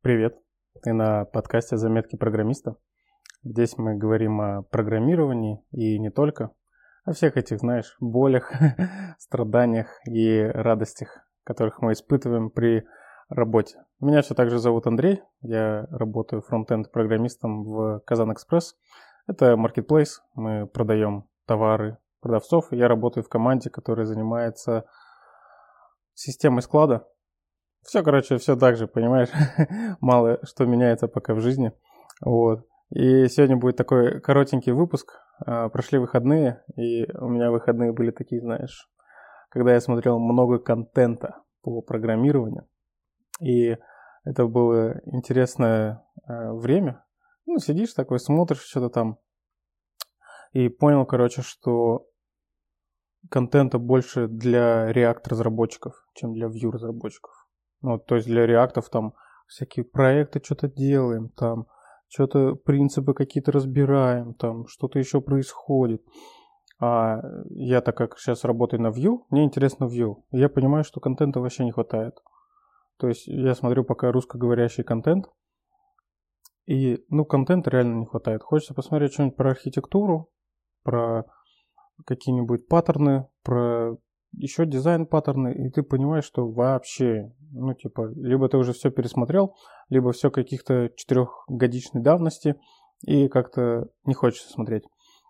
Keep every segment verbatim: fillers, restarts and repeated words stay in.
Привет, ты на подкасте «Заметки программиста». Здесь мы говорим о программировании и не только, о всех этих, знаешь, болях, страданиях и радостях, которых мы испытываем при работе. Меня все так же зовут Андрей, я работаю фронт-энд-программистом в Казан Экспресс. Это маркетплейс, мы продаем товары продавцов, и я работаю в команде, которая занимается системой склада. Все, короче, все так же, понимаешь, мало что меняется пока в жизни, вот. И сегодня будет такой коротенький выпуск, а, прошли выходные, и у меня выходные были такие, знаешь, когда я смотрел много контента по программированию, и это было интересное а, время, ну, сидишь такой, смотришь что-то там, и понял, короче, что контента больше для React-разработчиков, чем для Vue-разработчиков. Ну, то есть для реактов там всякие проекты что-то делаем, там что-то принципы какие-то разбираем, там что-то еще происходит. А я, так как сейчас работаю на Vue, мне интересно Vue. Я понимаю, что контента вообще не хватает. То есть я смотрю пока русскоговорящий контент, и, ну, контента реально не хватает. Хочется посмотреть что-нибудь про архитектуру, про какие-нибудь паттерны, про еще дизайн-паттерны, и ты понимаешь, что вообще, ну, типа, либо ты уже все пересмотрел, либо все каких-то четырехгодичной давности, и как-то не хочется смотреть.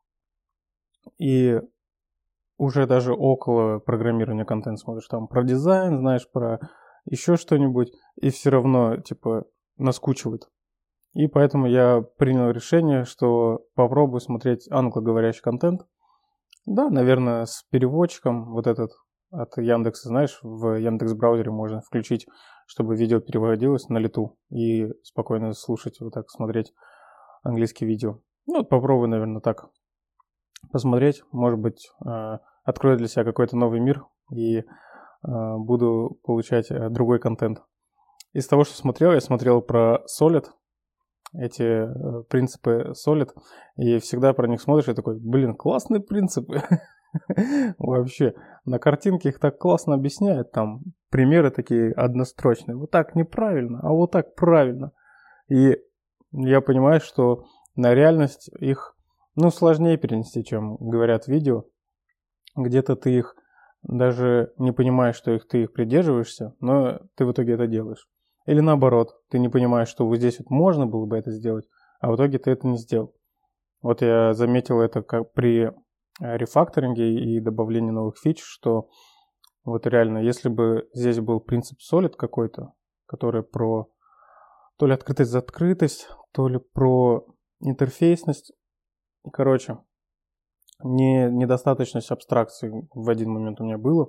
И уже даже около программирования контент смотришь, там, про дизайн, знаешь, про еще что-нибудь, и все равно, типа, наскучивает. И поэтому я принял решение, что попробую смотреть англоговорящий контент. Да, наверное, с переводчиком вот этот от Яндекса, знаешь, в Яндекс-браузере можно включить, чтобы видео переводилось на лету и спокойно слушать, вот так смотреть английские видео. Ну, вот попробую, наверное, так посмотреть. Может быть, открою для себя какой-то новый мир и буду получать другой контент. Из того, что смотрел, я смотрел про Solid, эти э, принципы Solid, и всегда про них смотришь и такой, блин, классные принципы. Вообще, на картинке их так классно объясняют, там примеры такие однострочные. Вот так неправильно, а вот так правильно. И я понимаю, что на реальность их, ну, сложнее перенести, чем говорят в видео. Где-то ты их даже не понимаешь, что их, ты их придерживаешься, но ты в итоге это делаешь. Или наоборот, ты не понимаешь, что вот здесь вот можно было бы это сделать, а в итоге ты это не сделал. Вот я заметил это как при рефакторинге и добавлении новых фич, что вот реально, если бы здесь был принцип Solid какой-то, который про то ли открытость-закрытость, то ли про интерфейсность, короче, не, недостаточность абстракции в один момент у меня было,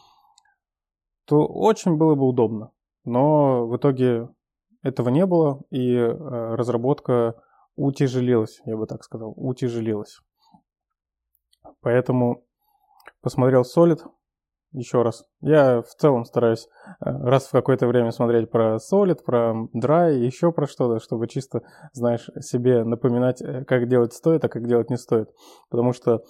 то очень было бы удобно. Но в итоге этого не было, и э, разработка утяжелилась, я бы так сказал, утяжелилась. Поэтому посмотрел Solid еще раз. Я в целом стараюсь раз в какое-то время смотреть про Solid, про Dry, еще про что-то, чтобы чисто, знаешь, себе напоминать, как делать стоит, а как делать не стоит. Потому что э,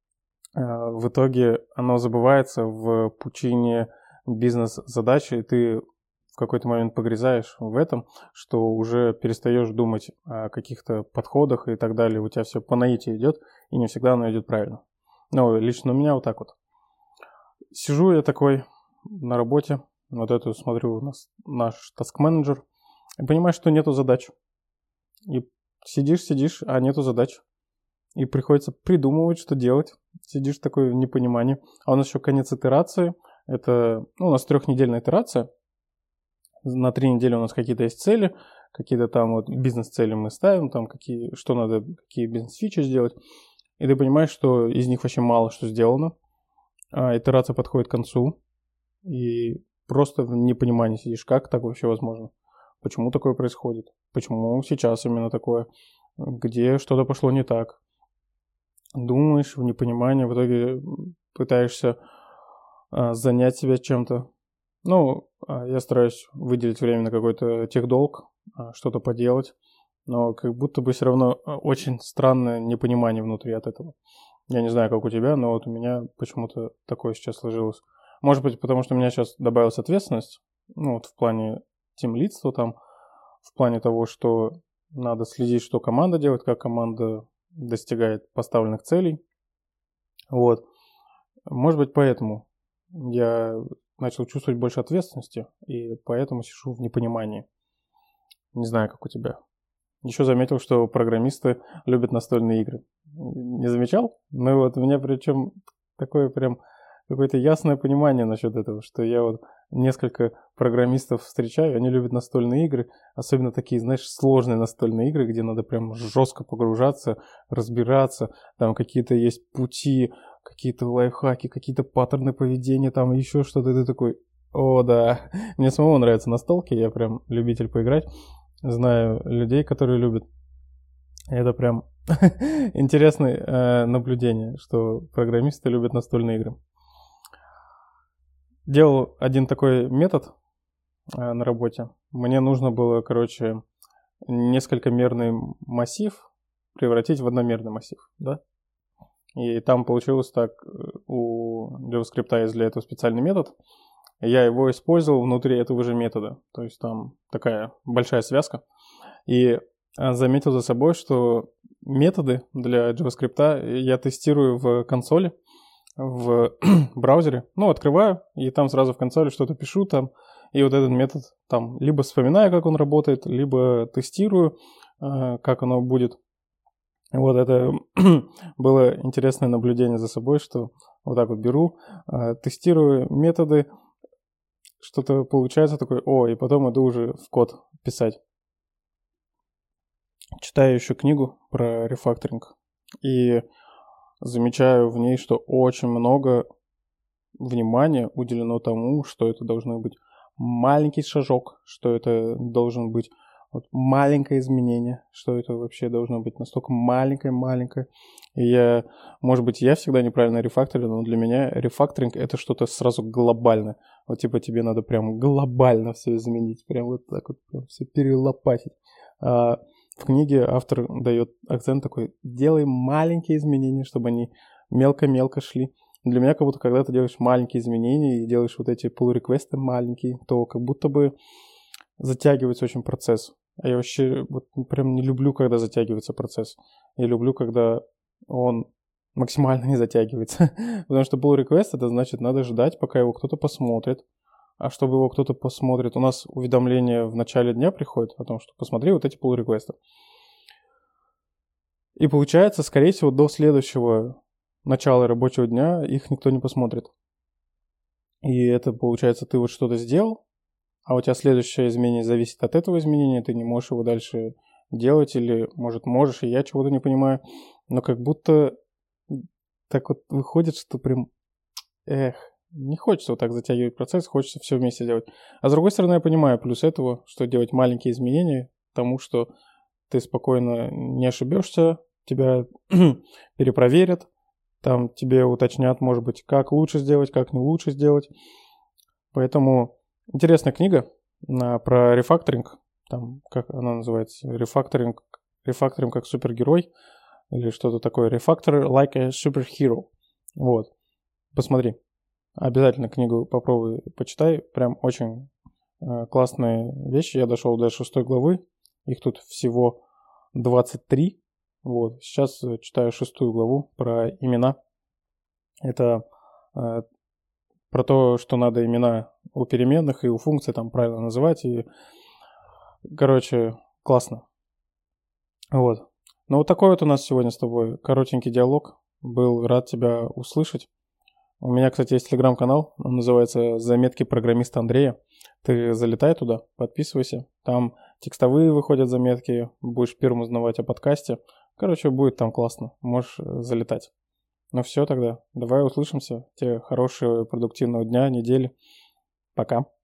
в итоге оно забывается в пучине бизнес-задачи, и ты в какой-то момент погрязаешь в этом, что уже перестаешь думать о каких-то подходах и так далее. У тебя все по наитию идет, и не всегда оно идет правильно. Но лично у меня вот так вот. Сижу я такой на работе, вот эту смотрю наш, наш task-менеджер, и понимаешь, что нету задач. И сидишь, сидишь, а нету задач. И приходится придумывать, что делать. Сидишь такой в непонимании. А у нас еще конец итерации. Это, ну, у нас трехнедельная итерация. На три недели у нас какие-то есть цели, какие-то там вот бизнес-цели мы ставим, там какие, что надо, какие бизнес-фичи сделать. И ты понимаешь, что из них вообще мало что сделано. А итерация подходит к концу. И просто в непонимании сидишь, как так вообще возможно? Почему такое происходит? Почему сейчас именно такое? Где что-то пошло не так? Думаешь в непонимании, в итоге пытаешься а, занять себя чем-то. Ну, я стараюсь выделить время на какой-то техдолг, что-то поделать, но как будто бы все равно очень странное непонимание внутри от этого. Я не знаю, как у тебя, но вот у меня почему-то такое сейчас сложилось. Может быть, потому что у меня сейчас добавилась ответственность, ну вот в плане тимлидства там, в плане того, что надо следить, что команда делает, как команда достигает поставленных целей. Вот. Может быть, поэтому я начал чувствовать больше ответственности, и поэтому сижу в непонимании. Не знаю, как у тебя. Еще заметил, что программисты любят настольные игры. Не замечал? Ну вот у меня причем такое прям какое-то ясное понимание насчет этого, что я вот несколько программистов встречаю, они любят настольные игры, особенно такие, знаешь, сложные настольные игры, где надо прям жестко погружаться, разбираться, там какие-то есть пути, какие-то лайфхаки, какие-то паттерны поведения, там еще что-то, и ты такой, о да, мне самому нравятся настолки, я прям любитель поиграть. Знаю людей, которые любят. Это прям интересное э, наблюдение, что программисты любят настольные игры. Делал один такой метод э, на работе. Мне нужно было, короче, несколькомерный массив превратить в одномерный массив, да? И там получилось так, у JavaScript есть для этого специальный метод. Я его использовал внутри этого же метода. То есть там такая большая связка. И заметил за собой, что методы для JavaScript я тестирую в консоли, в браузере. Ну, открываю, и там сразу в консоли что-то пишу там. И вот этот метод там либо вспоминаю, как он работает, либо тестирую, как оно будет. Вот это было интересное наблюдение за собой, что вот так вот беру, тестирую методы, что-то получается такое, о, и потом иду уже в код писать. Читаю еще книгу про рефакторинг и замечаю в ней, что очень много внимания уделено тому, что это должно быть маленький шажок, что это должен быть вот маленькое изменение, что это вообще должно быть настолько маленькое-маленькое. И я, может быть, я всегда неправильно рефакторю, но для меня рефакторинг — это что-то сразу глобальное. Вот типа тебе надо прям глобально все изменить, прям вот так вот прям все перелопатить. А в книге автор дает акцент такой: делай маленькие изменения, чтобы они мелко-мелко шли. Для меня как будто, когда ты делаешь маленькие изменения и делаешь вот эти pull-реквесты маленькие, то как будто бы затягивается очень процесс. А я вообще вот прям не люблю, когда затягивается процесс. Я люблю, когда он максимально не затягивается. Потому что pull request — это значит, надо ждать, пока его кто-то посмотрит. А чтобы его кто-то посмотрит, у нас уведомление в начале дня приходит о том, что посмотри вот эти pull request. И получается, скорее всего, до следующего начала рабочего дня их никто не посмотрит. И это, получается, ты вот что-то сделал, а у тебя следующее изменение зависит от этого изменения, ты не можешь его дальше делать, или, может, можешь, и я чего-то не понимаю, но как будто так вот выходит, что прям, эх, не хочется вот так затягивать процесс, хочется все вместе делать. А с другой стороны, я понимаю плюс этого, что делать маленькие изменения, тому, что ты спокойно не ошибешься, тебя перепроверят, там тебе уточнят, может быть, как лучше сделать, как не лучше сделать. Поэтому интересная книга на, про рефакторинг, там, как она называется, рефакторинг, рефакторинг как супергерой, или что-то такое, Refactor like a superhero. Вот, посмотри, обязательно книгу попробуй, почитай, прям очень э, классные вещи. Я дошел до шестой главы, их тут всего двадцать три. Вот, сейчас читаю шестую главу про имена. Это э, про то, что надо имена у переменных и у функций там правильно называть. И, короче, классно. Вот. Ну вот такой вот у нас сегодня с тобой коротенький диалог. Был рад тебя услышать. У меня, кстати, есть телеграм-канал, он называется «Заметки программиста Андрея». Ты залетай туда, подписывайся. Там текстовые выходят заметки, будешь первым узнавать о подкасте. Короче, будет там классно, можешь залетать. Ну все тогда, давай услышимся. Тебе хорошего продуктивного дня, недели. Пока.